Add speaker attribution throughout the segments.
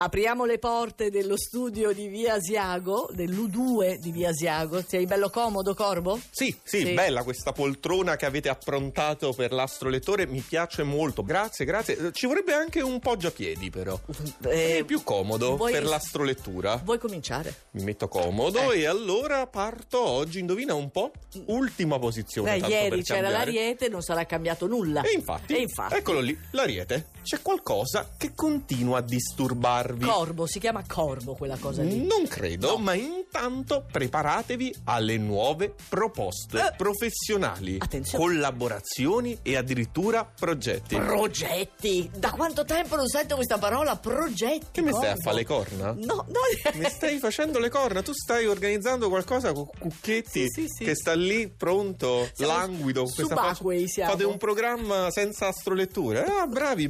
Speaker 1: Apriamo le porte dello studio di Via Asiago, dell'U2 di Via Asiago. Sei bello comodo, Corbo?
Speaker 2: Sì, bella questa poltrona che avete approntato per l'astrolettore, mi piace molto. Grazie. Ci vorrebbe anche un poggiapiedi però. È più comodo per l'astrolettura.
Speaker 1: Vuoi cominciare?
Speaker 2: Mi metto comodo e allora parto oggi, indovina un po'? Ultima posizione.
Speaker 1: Ieri c'era l'Ariete, non sarà cambiato nulla.
Speaker 2: E infatti, eccolo lì, l'Ariete. C'è qualcosa che continua a disturbarvi.
Speaker 1: Corbo, si chiama Corbo quella cosa lì.
Speaker 2: Non credo, ma intanto preparatevi alle nuove proposte professionali.
Speaker 1: Attenzione.
Speaker 2: Collaborazioni e addirittura progetti.
Speaker 1: Progetti? Da quanto tempo non sento questa parola, progetti?
Speaker 2: Che mi stai a
Speaker 1: Corbo?
Speaker 2: fare le corna?
Speaker 1: No.
Speaker 2: Mi stai facendo le corna? Tu stai organizzando qualcosa con Cucchetti
Speaker 1: Sì.
Speaker 2: che sta lì pronto,
Speaker 1: Siamo
Speaker 2: languido.
Speaker 1: subacquei siamo.
Speaker 2: Fate un programma senza astroletture. Bravi.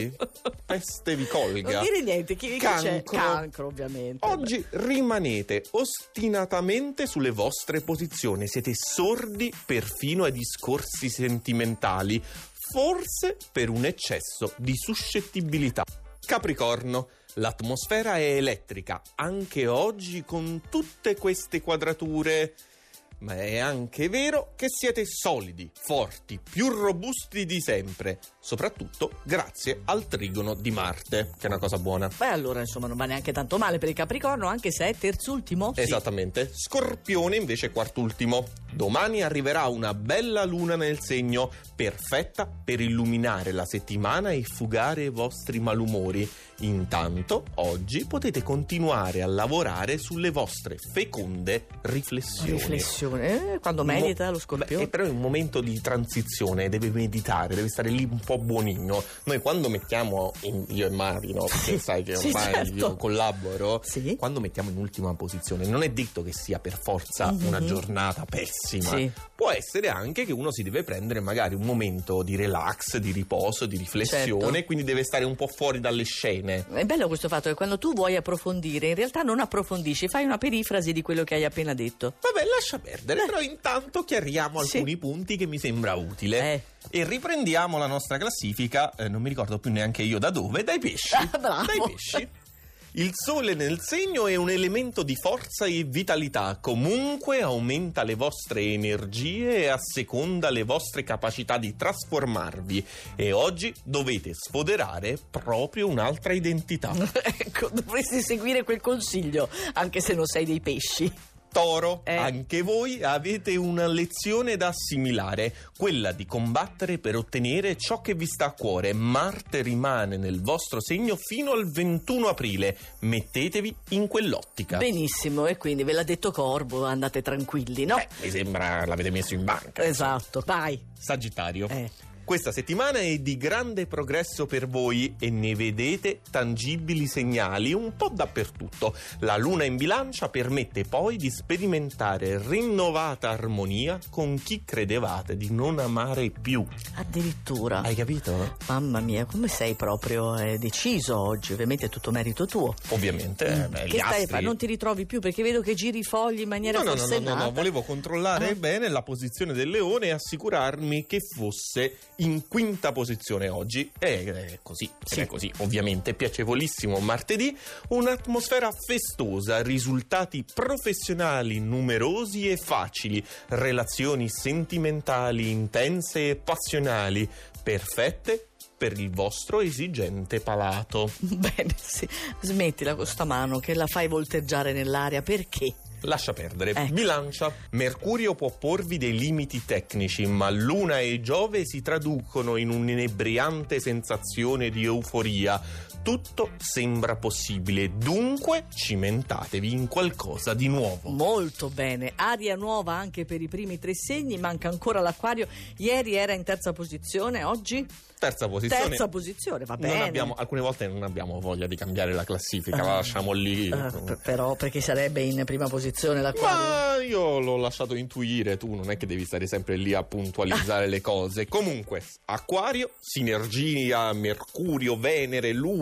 Speaker 2: Peste vi colga.
Speaker 1: Non dire niente, chi c'è?
Speaker 2: Cancro.
Speaker 1: Cancro, ovviamente.
Speaker 2: Oggi rimanete ostinatamente sulle vostre posizioni, siete sordi perfino ai discorsi sentimentali, forse per un eccesso di suscettibilità. Capricorno, l'atmosfera è elettrica, anche oggi con tutte queste quadrature. Ma è anche vero che siete solidi, forti, più robusti di sempre, soprattutto grazie al trigono di Marte, che è una cosa buona.
Speaker 1: Beh, allora, insomma, non va neanche tanto male per il Capricorno, anche se è terzultimo.
Speaker 2: Esattamente. Scorpione invece quartultimo. Domani arriverà una bella luna nel segno, perfetta per illuminare la settimana e fugare i vostri malumori. Intanto, oggi potete continuare a lavorare sulle vostre feconde riflessioni.
Speaker 1: Quando medita lo Scorpione.
Speaker 2: Però è un momento di transizione, deve meditare, deve stare lì un po' buonino. Noi quando mettiamo io e Mari, no? Perché sai che ormai
Speaker 1: certo.
Speaker 2: io collaboro,
Speaker 1: sì.
Speaker 2: Quando mettiamo in ultima posizione non è detto che sia per forza una giornata pessima.
Speaker 1: Sì.
Speaker 2: Può essere anche che uno si deve prendere magari un momento di relax, di riposo, di riflessione,
Speaker 1: certo.
Speaker 2: Quindi deve stare un po' fuori dalle scene.
Speaker 1: È bello questo fatto che quando tu vuoi approfondire, in realtà non approfondisci, fai una perifrasi di quello che hai appena detto.
Speaker 2: Vabbè, lascia perdere, però intanto chiariamo alcuni punti che mi sembra utile. E riprendiamo la nostra classifica, non mi ricordo più neanche io da dove, dai pesci.
Speaker 1: Bravo.
Speaker 2: Dai pesci. Il sole nel segno è un elemento di forza e vitalità, comunque aumenta le vostre energie e asseconda le vostre capacità di trasformarvi e oggi dovete sfoderare proprio un'altra identità.
Speaker 1: Ecco, dovresti seguire quel consiglio, anche se non sei dei pesci.
Speaker 2: Toro, anche voi avete una lezione da assimilare, quella di combattere per ottenere ciò che vi sta a cuore. Marte rimane nel vostro segno fino al 21 aprile, mettetevi in quell'ottica.
Speaker 1: Benissimo, e quindi ve l'ha detto Corbo, andate tranquilli, no?
Speaker 2: Mi sembra l'avete messo in banca.
Speaker 1: Esatto, vai.
Speaker 2: Sagittario. Questa settimana è di grande progresso per voi e ne vedete tangibili segnali un po' dappertutto. La luna in bilancia permette poi di sperimentare rinnovata armonia con chi credevate di non amare più.
Speaker 1: Addirittura.
Speaker 2: Hai capito?
Speaker 1: Mamma mia, come sei proprio deciso oggi? Ovviamente è tutto merito tuo.
Speaker 2: Ovviamente.
Speaker 1: Che stai a fare? Non ti ritrovi più perché vedo che giri i fogli in maniera forsennata.
Speaker 2: No, volevo controllare bene la posizione del leone e assicurarmi che fosse in quinta posizione oggi. È così, è così, ovviamente piacevolissimo martedì, un'atmosfera festosa, risultati professionali numerosi e facili, relazioni sentimentali intense e passionali, perfette per il vostro esigente palato.
Speaker 1: Bene, sì. Smettila con sta mano che la fai volteggiare nell'aria, perché?
Speaker 2: Lascia perdere. Bilancia. Mercurio può porvi dei limiti tecnici, ma Luna e Giove si traducono in un'inebriante sensazione di euforia. Tutto sembra possibile, dunque cimentatevi in qualcosa di nuovo.
Speaker 1: Molto bene. Aria nuova anche per i primi 3 segni, manca ancora l'Acquario. Ieri era in terza posizione, oggi?
Speaker 2: Terza posizione,
Speaker 1: va bene.
Speaker 2: Alcune volte non abbiamo voglia di cambiare la classifica, la lasciamo lì.
Speaker 1: Però perché sarebbe in prima posizione l'Acquario?
Speaker 2: Ma io l'ho lasciato intuire, tu non è che devi stare sempre lì a puntualizzare le cose. Comunque, Acquario, sinergia, Mercurio, Venere, Luna,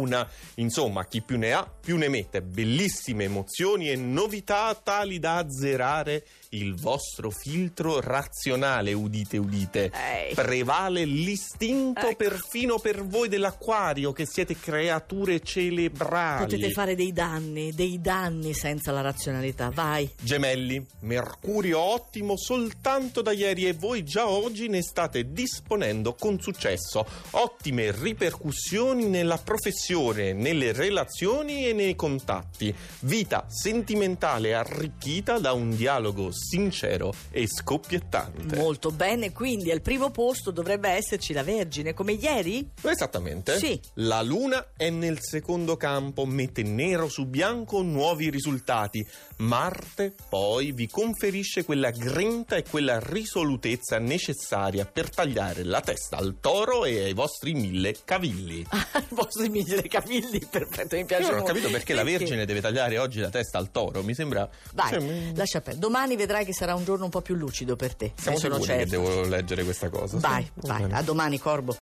Speaker 2: Luna. Insomma, chi più ne ha più ne mette. Bellissime emozioni e novità tali da azzerare il vostro filtro razionale, udite. Prevale l'istinto perfino per voi dell'Acquario, che siete creature cerebrali.
Speaker 1: Potete fare dei danni senza la razionalità, vai.
Speaker 2: Gemelli, Mercurio ottimo soltanto da ieri e voi già oggi ne state disponendo con successo. Ottime ripercussioni nella professione, nelle relazioni e nei contatti. Vita sentimentale arricchita da un dialogo sincero e scoppiettante.
Speaker 1: Molto bene, quindi al primo posto dovrebbe esserci la Vergine, come ieri?
Speaker 2: Esattamente.
Speaker 1: Sì.
Speaker 2: La Luna è nel secondo campo, mette nero su bianco nuovi risultati. Marte poi vi conferisce quella grinta e quella risolutezza necessaria per tagliare la testa al Toro e ai vostri 1000 cavilli.
Speaker 1: I vostri 1000 cavilli, perfetto, mi piace.
Speaker 2: Io non ho
Speaker 1: molto.
Speaker 2: capito perché la Vergine deve tagliare oggi la testa al Toro, mi sembra...
Speaker 1: Vai, lascia perdere. Domani vedrai che sarà un giorno un po' più lucido per te.
Speaker 2: Siamo
Speaker 1: ne sono
Speaker 2: sicuri che
Speaker 1: certa.
Speaker 2: devo leggere questa cosa?
Speaker 1: Vai,
Speaker 2: Sì, va bene.
Speaker 1: a domani, Corbo.